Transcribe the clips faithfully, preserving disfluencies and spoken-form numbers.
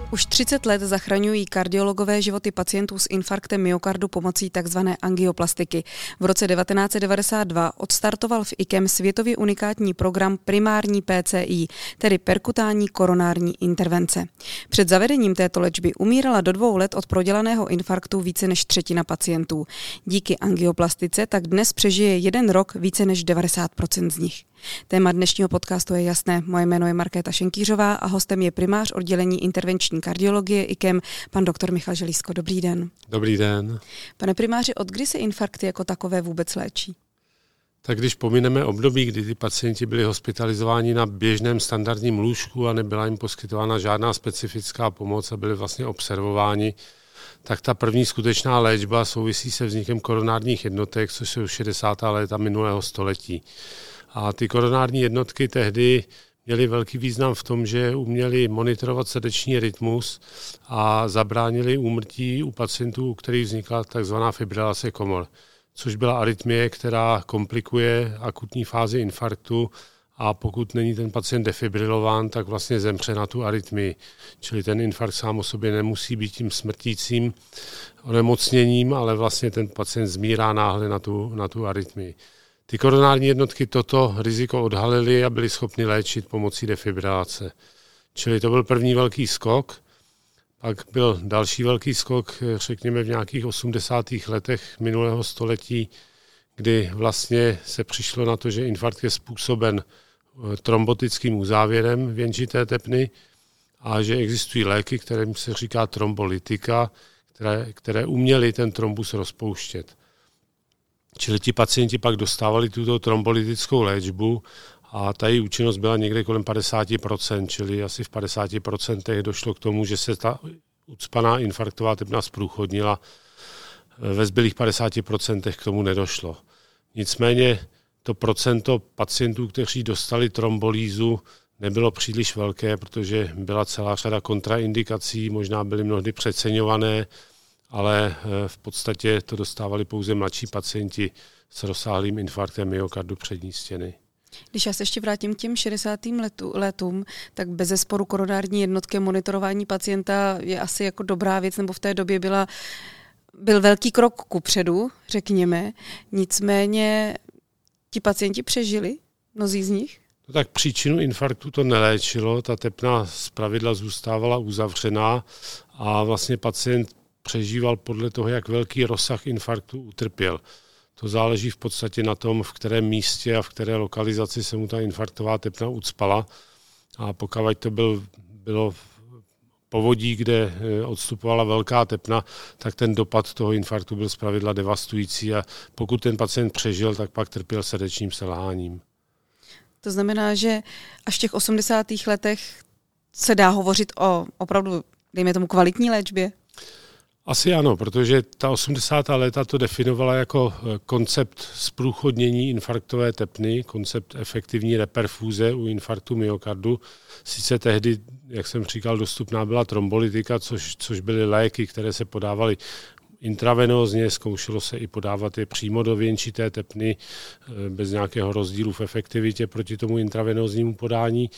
Už třicet let zachraňují kardiologové životy pacientů s infarktem myokardu pomocí tzv. Angioplastiky. V roce devatenáct set devadesát dva odstartoval v I K E M světově unikátní program primární P C I, tedy perkutální koronární intervence. Před zavedením této léčby umírala do dvou let od prodělaného infarktu více než třetina pacientů. Díky angioplastice tak dnes přežije jeden rok více než devadesát procent z nich. Téma dnešního podcastu je jasné. Moje jméno je Markéta Šenkýřová a hostem je primář oddělení intervenční kardiologie I K E M, pan doktor Michal Želízko. Dobrý den. Dobrý den. Pane primáři, od kdy se infarkty jako takové vůbec léčí? Tak když pomineme období, kdy ty pacienti byli hospitalizováni na běžném standardním lůžku a nebyla jim poskytována žádná specifická pomoc a byli vlastně observováni, tak ta první skutečná léčba souvisí se vznikem koronárních jednotek, což jsou šedesátá léta minulého století. A ty koronární jednotky tehdy měly velký význam v tom, že uměli monitorovat srdeční rytmus a zabránili úmrtí u pacientů, u kterých vznikla takzvaná fibrilace komor, což byla arytmie, která komplikuje akutní fázi infarktu a pokud není ten pacient defibrilován, tak vlastně zemře na tu arytmii. Čili ten infarkt sám o sobě nemusí být tím smrtícím onemocněním, ale vlastně ten pacient zmírá náhle na tu, na tu arytmii. Ty koronární jednotky toto riziko odhalily a byly schopny léčit pomocí defibrilace. Čili to byl první velký skok. Pak byl další velký skok, řekněme v nějakých osmdesátých letech minulého století, kdy vlastně se přišlo na to, že infarkt je způsoben trombotickým uzávěrem věnčité tepny a že existují léky, kterým se říká trombolytika, které, které uměly ten trombus rozpouštět. Čili ti pacienti pak dostávali tuto trombolytickou léčbu a ta její účinnost byla někde kolem padesát procent, čili asi v padesáti procentech došlo k tomu, že se ta ucpaná infarktová tepna zprůchodnila. Ve zbylých padesáti procentech k tomu nedošlo. Nicméně to procento pacientů, kteří dostali trombolýzu, nebylo příliš velké, protože byla celá řada kontraindikací, možná byly mnohdy přeceňované, ale v podstatě to dostávali pouze mladší pacienti s rozsáhlým infarktem myokardu přední stěny. Když já se ještě vrátím k těm šedesátým letům, tak bezesporu koronární jednotky monitorování pacienta je asi jako dobrá věc, nebo v té době byla, byl velký krok kupředu, řekněme. Nicméně ti pacienti přežili, mnozí z nich? No tak příčinu infarktu to neléčilo, ta tepna zpravidla zůstávala uzavřená a vlastně pacient přežíval podle toho, jak velký rozsah infarktu utrpěl. To záleží v podstatě na tom, v kterém místě a v které lokalizaci se mu ta infarktová tepna ucpala. A pokud to byl, bylo povodí, kde odstupovala velká tepna, tak ten dopad toho infarktu byl zpravidla devastující a pokud ten pacient přežil, tak pak trpěl srdečním selháním. To znamená, že až v těch osmdesátých letech se dá hovořit o opravdu, dejme tomu, kvalitní léčbě? Asi ano, protože ta osmdesátá léta to definovala jako koncept zprůchodnění infarktové tepny, koncept efektivní reperfuze u infarktu myokardu. Sice tehdy, jak jsem říkal, dostupná byla trombolytika, což, což byly léky, které se podávaly intravenózně, zkoušelo se i podávat je přímo do věnčité tepny bez nějakého rozdílu v efektivitě proti tomu intravenóznímu podání.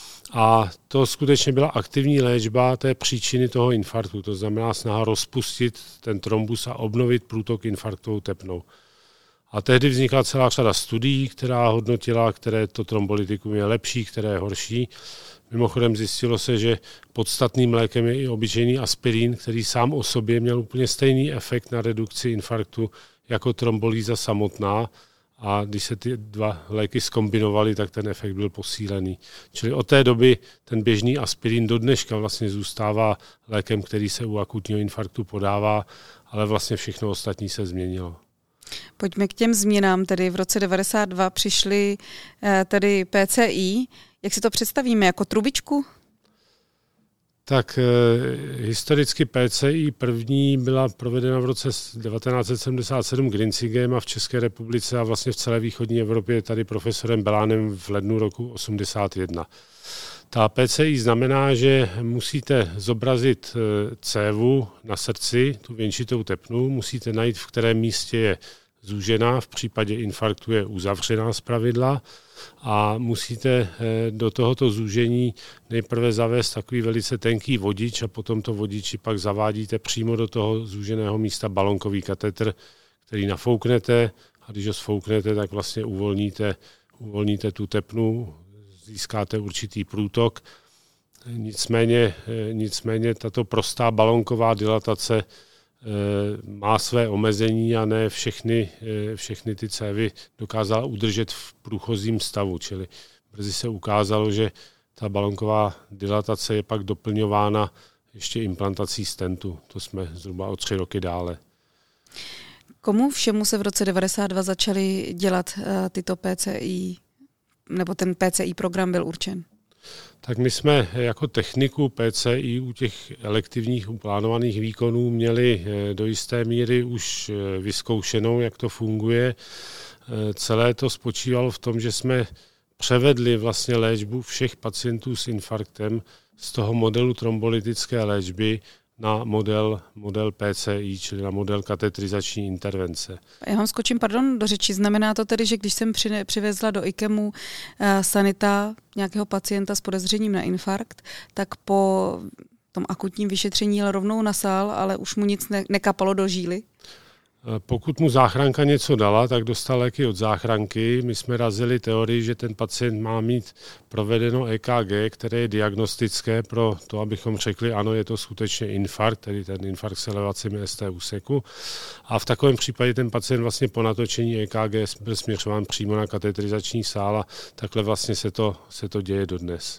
A to skutečně byla aktivní léčba té příčiny toho infarktu, to znamená snaha rozpustit ten trombus a obnovit průtok infarktovou tepnou. A tehdy vznikla celá řada studií, která hodnotila, které to trombolytikum je lepší, které je horší. Mimochodem zjistilo se, že podstatným lékem je i obyčejný aspirín, který sám o sobě měl úplně stejný efekt na redukci infarktu jako trombolýza samotná. A když se ty dva léky zkombinovaly, tak ten efekt byl posílený. Čili od té doby ten běžný aspirín do dneška vlastně zůstává lékem, který se u akutního infarktu podává, ale vlastně všechno ostatní se změnilo. Pojďme k těm změnám. Tedy v roce devadesát dva přišly tedy P C I. Jak si to představíme? Jako trubičku? Tak eh, historicky P C I první byla provedena v roce devatenáct set sedmdesát sedm Grinzigem a v České republice a vlastně v celé východní Evropě tady profesorem Belánem v lednu roku osmdesát jedna. Ta P C I znamená, že musíte zobrazit cévu na srdci, tu věnčitou tepnu, musíte najít, v kterém místě je zúžená, v případě infarktu je uzavřená zpravidla a musíte do tohoto zúžení nejprve zavést takový velice tenký vodič a potom to vodiči pak zavádíte přímo do toho zúženého místa balonkový katetr, který nafouknete a když ho sfouknete, tak vlastně uvolníte, uvolníte tu tepnu, získáte určitý průtok. Nicméně, nicméně tato prostá balonková dilatace má své omezení a ne všechny, všechny ty cévy dokázala udržet v průchozím stavu, čili brzy se ukázalo, že ta balonková dilatace je pak doplňována ještě implantací stentu. To jsme zhruba o tři roky dále. Komu všemu se v roce devadesát dva začaly dělat uh, tyto P C I, nebo ten P C I program byl určen? Tak my jsme jako techniku P C I u těch elektivních plánovaných výkonů měli do jisté míry už vyzkoušenou, jak to funguje. Celé to spočívalo v tom, že jsme převedli vlastně léčbu všech pacientů s infarktem z toho modelu trombolytické léčby na model, model P C I, čili na model katetrizační intervence. Já vám skočím, pardon, do řeči. Znamená to tedy, že když jsem při, přivezla do IKEMu uh, sanita nějakého pacienta s podezřením na infarkt, tak po tom akutním vyšetření jel rovnou na sál, ale už mu nic ne, nekapalo do žíly? Pokud mu záchranka něco dala, tak dostal léky od záchranky. My jsme razili teorii, že ten pacient má mít provedeno E K G, které je diagnostické pro to, abychom řekli, ano, je to skutečně infarkt, tedy ten infarkt s elevacemi S T úseku. A v takovém případě ten pacient vlastně po natočení E K G byl směřován přímo na katetrizační sál a takhle vlastně se to, se to děje dodnes.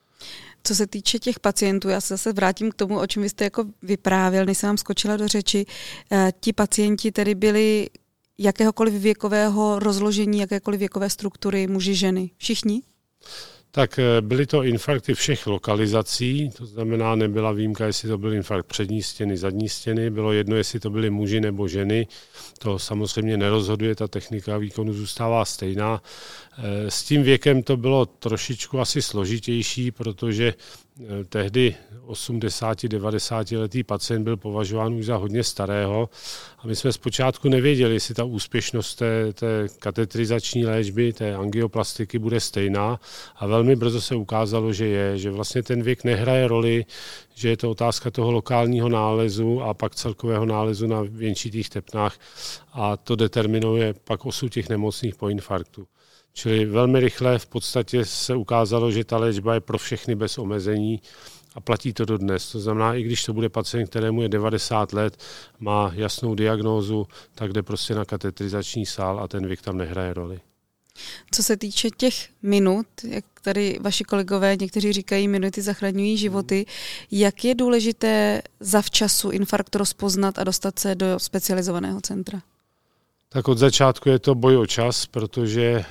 Co se týče těch pacientů, já se zase vrátím k tomu, o čem vy jste jako vyprávěl, než jsem vám skočila do řeči. E, ti pacienti tedy byli jakéhokoliv věkového rozložení, jakékoliv věkové struktury, muži, ženy? Všichni? Tak byly to infarkty všech lokalizací, to znamená, nebyla výjimka, jestli to byl infarkt přední stěny, zadní stěny, bylo jedno, jestli to byly muži nebo ženy, to samozřejmě nerozhoduje, ta technika výkonu zůstává stejná. S tím věkem to bylo trošičku asi složitější, protože tehdy osmdesát devadesát letý pacient byl považován už za hodně starého a my jsme zpočátku nevěděli, jestli ta úspěšnost té, té katetrizační léčby, té angioplastiky bude stejná a velmi brzo se ukázalo, že je, že vlastně ten věk nehraje roli, že je to otázka toho lokálního nálezu a pak celkového nálezu na věnčitých tepnách a to determinuje pak osud těch nemocných po infarktu. Čili velmi rychle v podstatě se ukázalo, že ta léčba je pro všechny bez omezení a platí to dodnes. To znamená, i když to bude pacient, kterému je devadesát let, má jasnou diagnózu, tak jde prostě na katetrizační sál a ten věk tam nehraje roli. Co se týče těch minut, jak tady vaši kolegové, někteří říkají, minuty zachraňují životy, jak je důležité zavčasu infarkt rozpoznat a dostat se do specializovaného centra? Tak od začátku je to boj o čas, protože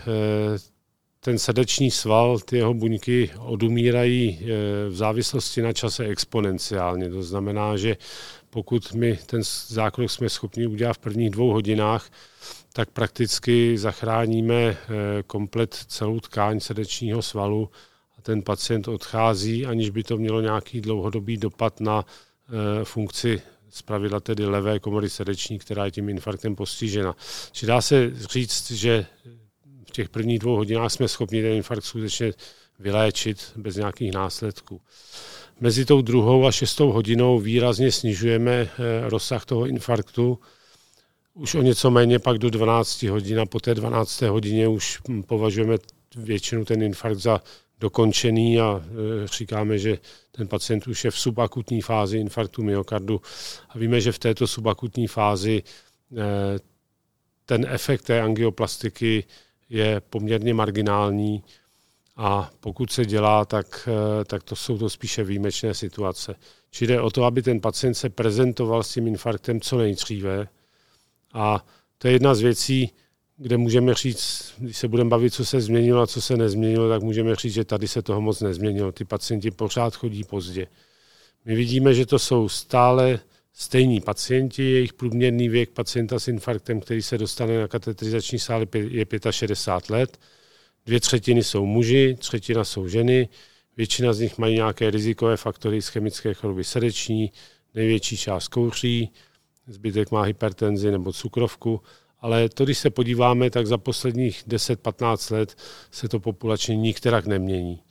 ten srdeční sval, ty jeho buňky odumírají v závislosti na čase exponenciálně. To znamená, že pokud my ten zákrok jsme schopni udělat v prvních dvou hodinách, tak prakticky zachráníme komplet celou tkáň srdečního svalu a ten pacient odchází, aniž by to mělo nějaký dlouhodobý dopad na funkci zpravidla tedy levé komory srdeční, která je tím infarktem postižena. Či dá se říct, že v těch prvních dvou hodinách jsme schopni ten infarkt skutečně vyléčit bez nějakých následků. Mezi tou druhou a šestou hodinou výrazně snižujeme rozsah toho infarktu. Už o něco méně pak do dvanácti hodin a po té dvanácté hodině už považujeme většinu ten infarkt za dokončený a říkáme, že ten pacient už je v subakutní fázi infarktu myokardu a víme, že v této subakutní fázi ten efekt té angioplastiky je poměrně marginální a pokud se dělá, tak, tak to jsou to spíše výjimečné situace. Čili jde o to, aby ten pacient se prezentoval s tím infarktem co nejdříve a to je jedna z věcí, kde můžeme říct, když se budeme bavit, co se změnilo a co se nezměnilo, tak můžeme říct, že tady se toho moc nezměnilo. Ty pacienti pořád chodí pozdě. My vidíme, že to jsou stále stejní pacienti, jejich průměrný věk pacienta s infarktem, který se dostane na katetrizační sál, je šedesát pět let. Dvě třetiny jsou muži, třetina jsou ženy, většina z nich mají nějaké rizikové faktory ischemické choroby srdeční, největší část kouří, zbytek má hypertenzi nebo cukrovku Ale to, když se podíváme, tak za posledních deset patnáct let se to populačně nikterak nemění.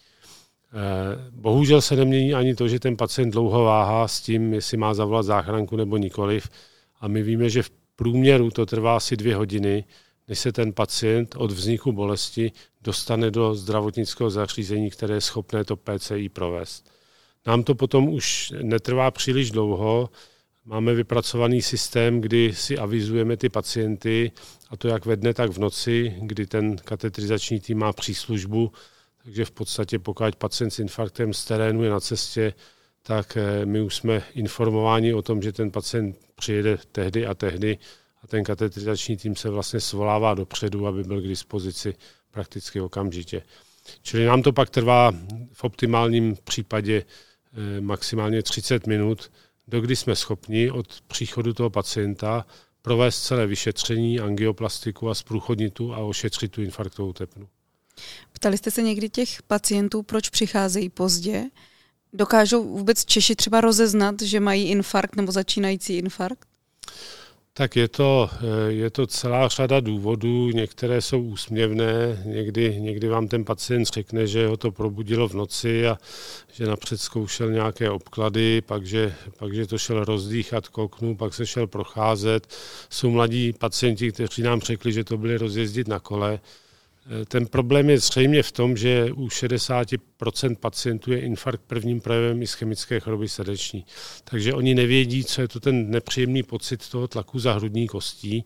Bohužel se nemění ani to, že ten pacient dlouho váhá s tím, jestli má zavolat záchranku nebo nikoliv. A my víme, že v průměru to trvá asi dvě hodiny, než se ten pacient od vzniku bolesti dostane do zdravotnického zařízení, které je schopné to P C I provést. Nám to potom už netrvá příliš dlouho. Máme vypracovaný systém, kdy si avizujeme ty pacienty, a to jak ve dne, tak v noci, kdy ten katetrizační tým má příslužbu. Takže v podstatě pokud pacient s infarktem z terénu je na cestě, tak my už jsme informováni o tom, že ten pacient přijede tehdy a tehdy a ten katetrizační tým se vlastně svolává dopředu, aby byl k dispozici prakticky okamžitě. Čili nám to pak trvá v optimálním případě maximálně třicet minut, dokdy jsme schopni od příchodu toho pacienta provést celé vyšetření, angioplastiku a zprůchodnitu a ošetřit tu infarktovou tepnu. Ptali jste se někdy těch pacientů, proč přicházejí pozdě? Dokážou vůbec Češi třeba rozeznat, že mají infarkt nebo začínající infarkt? Tak je to, je to celá řada důvodů, některé jsou úsměvné, někdy, někdy vám ten pacient řekne, že ho to probudilo v noci a že napřed zkoušel nějaké obklady, pak že, pak, že to šel rozdýchat k oknu, pak se šel procházet. Jsou mladí pacienti, kteří nám řekli, že to byli rozjezdit na kole. Ten problém je zřejmě v tom, že u šedesát procent pacientů je infarkt prvním projevem ischemické choroby srdeční. Takže oni nevědí, co je to ten nepříjemný pocit toho tlaku za hrudní kostí.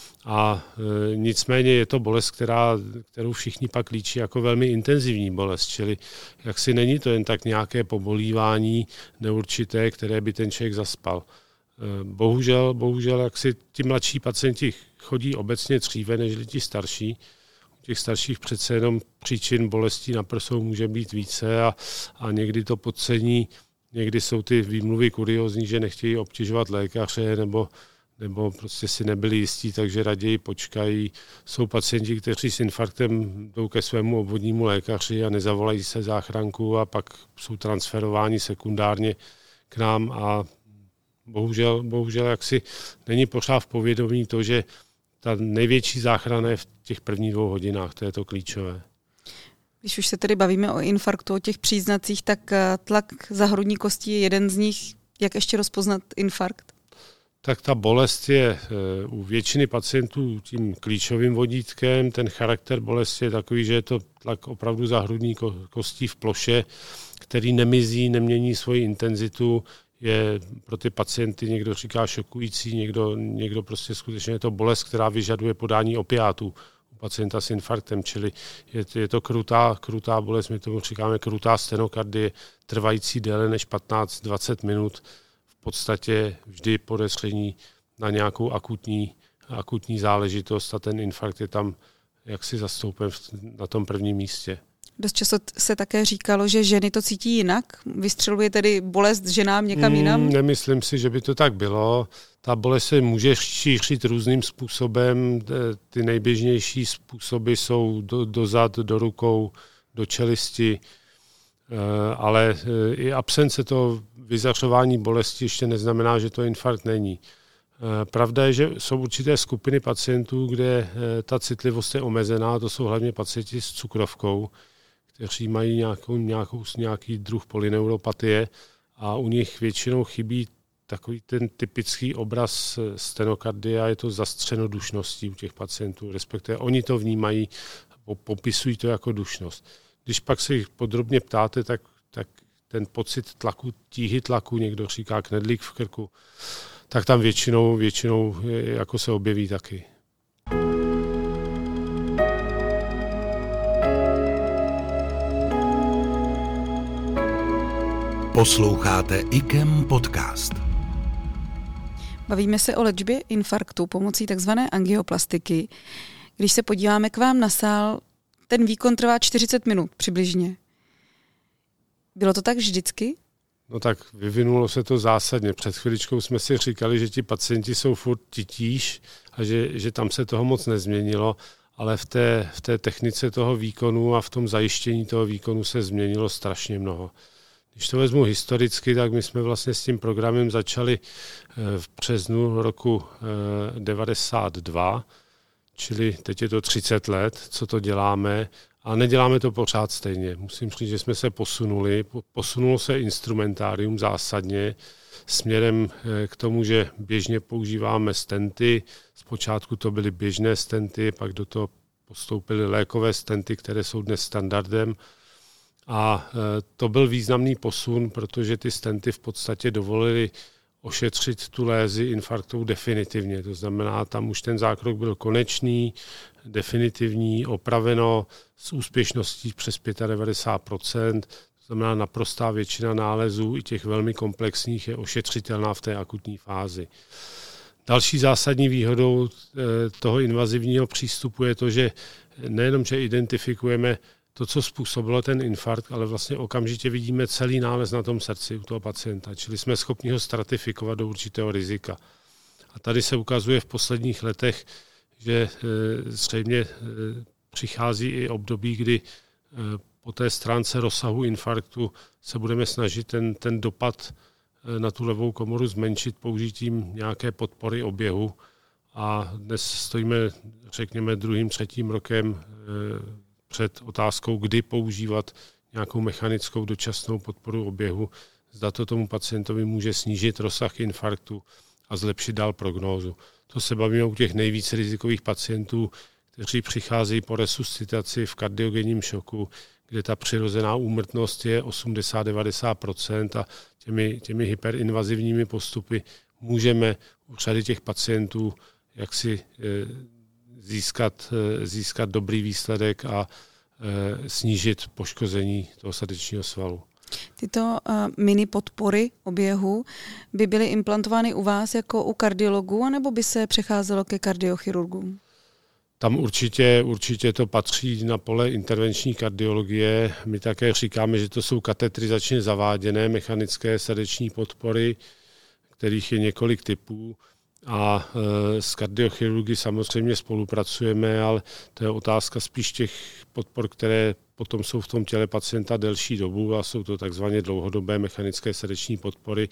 A e, nicméně je to bolest, která, kterou všichni pak líčí jako velmi intenzivní bolest. Čili jaksi není to jen tak nějaké pobolívání neurčité, které by ten člověk zaspal. E, bohužel, bohužel jaksi ti mladší pacienti chodí obecně dříve než ti starší. Těch starších přece jenom příčin bolestí na prsou může být více a, a někdy to podcení, někdy jsou ty výmluvy kuriózní, že nechtějí obtěžovat lékaře nebo, nebo prostě si nebyli jistí, takže raději počkají. Jsou pacienti, kteří s infarktem jdou ke svému obvodnímu lékaři a nezavolají se záchranku a pak jsou transferováni sekundárně k nám a bohužel, bohužel jaksi není pořád v povědomí to, že ta největší záchrana je v těch prvních dvou hodinách, to je to klíčové. Když už se tedy bavíme o infarktu, o těch příznacích, tak tlak za hrudní kostí je jeden z nich. Jak ještě rozpoznat infarkt? Tak ta bolest je u většiny pacientů tím klíčovým vodítkem. Ten charakter bolesti je takový, že je to tlak opravdu za hrudní kostí v ploše, který nemizí, nemění svoji intenzitu, je pro ty pacienty někdo říká šokující, někdo, někdo prostě skutečně je to bolest, která vyžaduje podání opiátů u pacienta s infarktem, čili je, je to krutá, krutá bolest, my tomu říkáme krutá stenokardie, trvající déle než patnáct dvacet minut, v podstatě vždy podezření na nějakou akutní, akutní záležitost a ten infarkt je tam jaksi zastoupen na tom prvním místě. Dost často se také říkalo, že ženy to cítí jinak. Vystřeluje tedy bolest ženám někam jinam? Hmm, nemyslím si, že by to tak bylo. Ta bolest se může šířit různým způsobem. Ty nejběžnější způsoby jsou do, do zad, do rukou, do čelisti, ale i absence toho vyzařování bolesti ještě neznamená, že to infarkt není. Pravda je, že jsou určité skupiny pacientů, kde ta citlivost je omezená, to jsou hlavně pacienti s cukrovkou, kteří mají nějakou, nějakou, nějaký druh polyneuropatie a u nich většinou chybí takový ten typický obraz stenokardie a je to zastřeno dušností u těch pacientů, respektive oni to vnímají, popisují to jako dušnost. Když pak se jich podrobně ptáte, tak, tak ten pocit tlaku, tíhy tlaku, někdo říká knedlík v krku, tak tam většinou, většinou jako se objeví taky. Posloucháte I K E M podcast. Bavíme se o léčbě infarktu pomocí takzvané angioplastiky. Když se podíváme k vám na sál, ten výkon trvá čtyřicet minut přibližně. Bylo to tak vždycky? No tak vyvinulo se to zásadně. Před chviličkou jsme si říkali, že ti pacienti jsou furt titíž a že, že tam se toho moc nezměnilo, ale v té, v té technice toho výkonu a v tom zajištění toho výkonu se změnilo strašně mnoho. Když to vezmu historicky, tak my jsme vlastně s tím programem začali v březnu roku devadesát dva. čili teď je to třicet let, co to děláme, a neděláme to pořád stejně. Musím říct, že jsme se posunuli. Posunulo se instrumentárium zásadně směrem k tomu, že běžně používáme stenty. Zpočátku to byly běžné stenty, pak do toho postoupily lékové stenty, které jsou dnes standardem. A to byl významný posun, protože ty stenty v podstatě dovolily ošetřit tu lézi infarktovou definitivně. To znamená, tam už ten zákrok byl konečný, definitivní, opraveno s úspěšností přes devadesát pět procent. To znamená, naprostá většina nálezů, i těch velmi komplexních, je ošetřitelná v té akutní fázi. Další zásadní výhodou toho invazivního přístupu je to, že nejenom, že identifikujeme to, co způsobilo ten infarkt, ale vlastně okamžitě vidíme celý nález na tom srdci u toho pacienta, čili jsme schopni ho stratifikovat do určitého rizika. A tady se ukazuje v posledních letech, že zřejmě přichází i období, kdy po té stránce rozsahu infarktu se budeme snažit ten, ten dopad na tu levou komoru zmenšit použitím nějaké podpory oběhu. A dnes stojíme, řekněme, druhým, třetím rokem před otázkou, kdy používat nějakou mechanickou dočasnou podporu oběhu. Zda to tomu pacientovi může snížit rozsah infarktu a zlepšit dál prognózu. To se bavíme u těch nejvíce rizikových pacientů, kteří přicházejí po resuscitaci v kardiogenním šoku, kde ta přirozená úmrtnost je osmdesát až devadesát procent a těmi, těmi hyperinvazivními postupy můžeme u řady těch pacientů jaksi získat, získat dobrý výsledek a snížit poškození toho srdečního svalu. Tyto uh, mini podpory oběhu by byly implantovány u vás jako u kardiologů, anebo by se přecházelo ke kardiochirurgům? Tam určitě, určitě to patří na pole intervenční kardiologie. My také říkáme, že to jsou katetrizačně zaváděné mechanické srdeční podpory, kterých je několik typů. A e, s kardiochirurgy samozřejmě spolupracujeme, ale to je otázka spíš těch podpor, které potom jsou v tom těle pacienta delší dobu a jsou to takzvaně dlouhodobé mechanické srdeční podpory.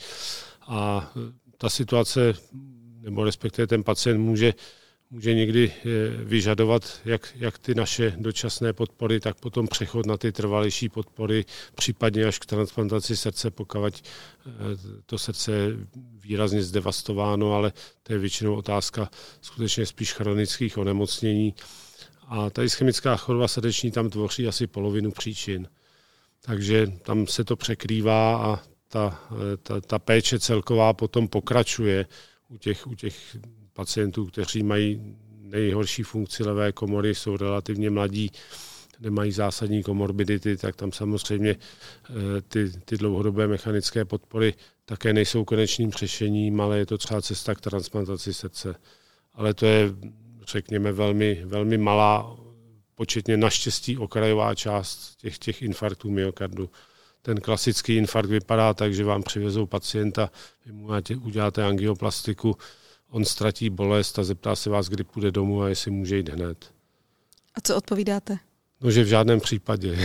A ta situace, nebo respektive ten pacient může, může někdy vyžadovat jak, jak ty naše dočasné podpory, tak potom přechod na ty trvalejší podpory, případně až k transplantaci srdce, pokud to srdce je výrazně zdevastováno, ale to je většinou otázka skutečně spíš chronických onemocnění. A ta ischemická choroba srdeční tam tvoří asi polovinu příčin. Takže tam se to překrývá a ta, ta, ta péče celková potom pokračuje u těch, u těch pacientů, kteří mají nejhorší funkci levé komory, jsou relativně mladí, nemají zásadní komorbidity, tak tam samozřejmě ty, ty dlouhodobé mechanické podpory také nejsou konečným řešením, ale je to třeba cesta k transplantaci srdce. Ale to je, řekněme, velmi, velmi malá, početně naštěstí okrajová část těch, těch infarktů myokardu. Ten klasický infarkt vypadá tak, že vám přivezou pacienta, vy mu uděláte angioplastiku, on ztratí bolest a zeptá se vás, kdy půjde domů a jestli může jít hned. A co odpovídáte? No, že v žádném případě.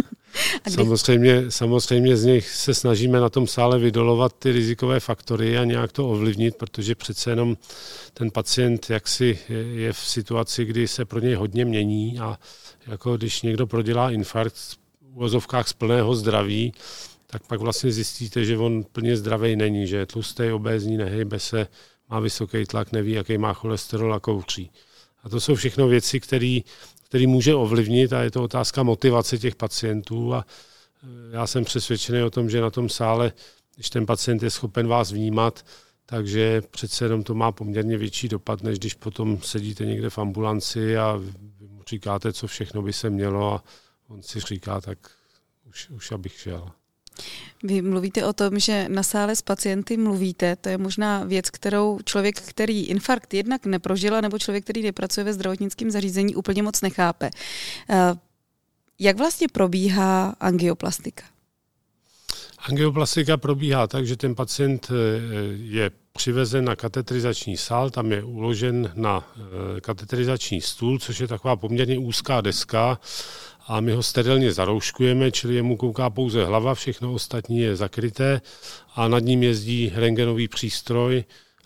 samozřejmě, samozřejmě z nich se snažíme na tom sále vydolovat ty rizikové faktory a nějak to ovlivnit, protože přece jenom ten pacient jaksi je v situaci, kdy se pro něj hodně mění a jako když někdo prodělá infarkt v uvozovkách z plného zdraví, tak pak vlastně zjistíte, že on plně zdravý není, že je tlustý, obézní, nehejbe se, má vysoký tlak, neví, jaký má cholesterol a kouří. A to jsou všechno věci, které který může ovlivnit a je to otázka motivace těch pacientů a já jsem přesvědčený o tom, že na tom sále, když ten pacient je schopen vás vnímat, takže přece jenom to má poměrně větší dopad, než když potom sedíte někde v ambulanci a vy mu říkáte, co všechno by se mělo a on si říká, tak už, už abych šel. Vy mluvíte o tom, že na sále s pacienty mluvíte, to je možná věc, kterou člověk, který infarkt jednak neprožil, nebo člověk, který nepracuje ve zdravotnickém zařízení, úplně moc nechápe. Jak vlastně probíhá angioplastika? Angioplastika probíhá tak, že ten pacient je přivezen na katetrizační sál, tam je uložen na katetrizační stůl, což je taková poměrně úzká deska, a my ho sterilně zarouškujeme, čili jemu kouká pouze hlava, všechno ostatní je zakryté a nad ním jezdí rentgenový přístroj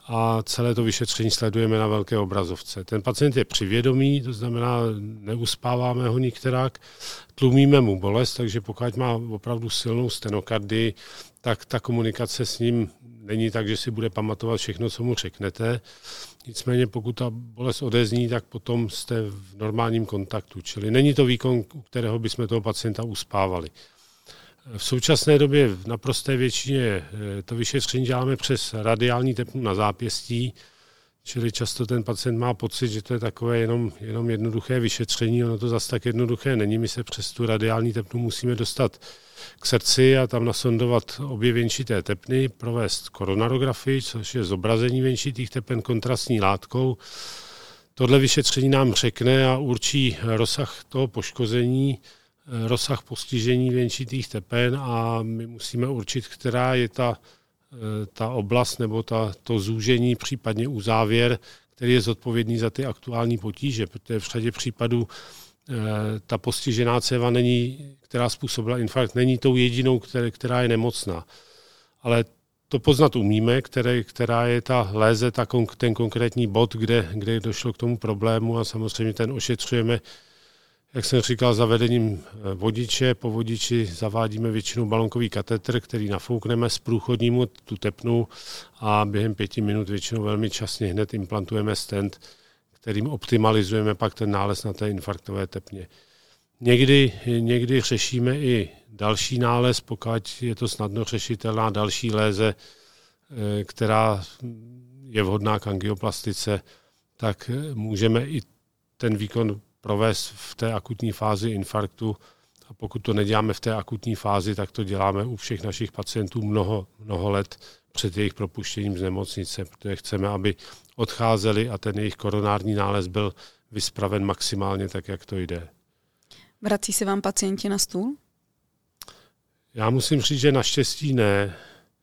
a celé to vyšetření sledujeme na velké obrazovce. Ten pacient je při vědomí, to znamená, neuspáváme ho nikterak, tlumíme mu bolest, takže pokud má opravdu silnou stenokardii, tak ta komunikace s ním není tak, že si bude pamatovat všechno, co mu řeknete. Nicméně pokud ta bolest odezní, tak potom jste v normálním kontaktu. Čili není to výkon, u kterého bychom toho pacienta uspávali. V současné době v naprosté většině to vyšetření děláme přes radiální tepnu na zápěstí, čili často ten pacient má pocit, že to je takové jenom, jenom jednoduché vyšetření, ono to zase tak jednoduché není. My se přes tu radiální tepnu musíme dostat k srdci a tam nasondovat obě věnčité tepny, provést koronarografii, což je zobrazení věnčitých tepen kontrastní látkou. Tohle vyšetření nám řekne a určí rozsah toho poškození, rozsah postižení věnčitých tepen a my musíme určit, která je ta, ta oblast nebo ta, to zúžení, případně uzávěr, který je zodpovědný za ty aktuální potíže, protože v řadě případů ta postižená céva, není, která způsobila infarkt, není tou jedinou, které, která je nemocná. Ale to poznat umíme, které, která je ta léze, ta, ten konkrétní bod, kde, kde došlo k tomu problému a samozřejmě ten ošetřujeme, jak jsem říkal, zavedením vodiče. Po vodiči zavádíme většinou balonkový katetr, který nafoukneme z průchodnímu tu tepnu a během pěti minut většinou velmi časně hned implantujeme stent, kterým optimalizujeme pak ten nález na té infarktové tepně. Někdy, někdy řešíme i další nález, pokud je to snadno řešitelná další léze, která je vhodná k angioplastice, tak můžeme i ten výkon provést v té akutní fázi infarktu. A pokud to neděláme v té akutní fázi, tak to děláme u všech našich pacientů mnoho, mnoho let před jejich propuštěním z nemocnice, protože chceme, aby odcházeli a ten jejich koronární nález byl vyspraven maximálně tak, jak to jde. Vrací se vám pacienti na stůl? Já musím říct, že naštěstí ne.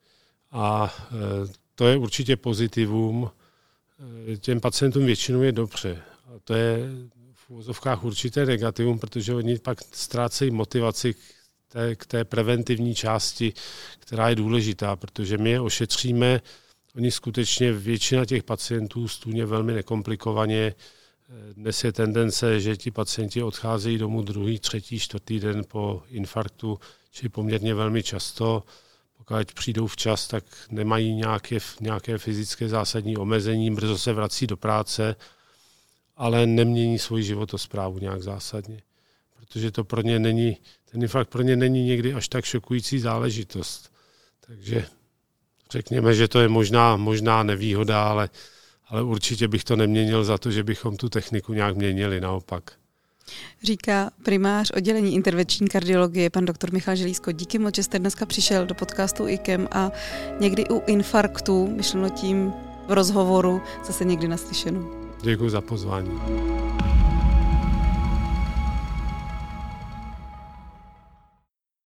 A to je určitě pozitivum. Těm pacientům většinou je dobře. A to je v uvozovkách určité negativum, protože oni pak ztrácejí motivaci k té, k té preventivní části, která je důležitá, protože my je ošetříme. Oni skutečně, většina těch pacientů stůně velmi nekomplikovaně. Dnes je tendence, že ti pacienti odcházejí domů druhý, třetí, čtvrtý den po infarktu, či poměrně velmi často. Pokud přijdou včas, tak nemají nějaké, nějaké fyzické zásadní omezení, brzo se vrací do práce, ale nemění svoji životosprávu nějak zásadně. Protože to pro ně není, ten infarkt pro ně není někdy až tak šokující záležitost. Takže řekněme, že to je možná, možná nevýhoda, ale, ale určitě bych to neměnil za to, že bychom tu techniku nějak měnili, naopak. Říká primář oddělení intervenční kardiologie, pan doktor Michal Želízko. Díky moc, že jste dneska přišel do podcastu I K E M a někdy u infarktu, myšleno tím v rozhovoru, zase někdy naslyšenou. Děkuji za pozvání.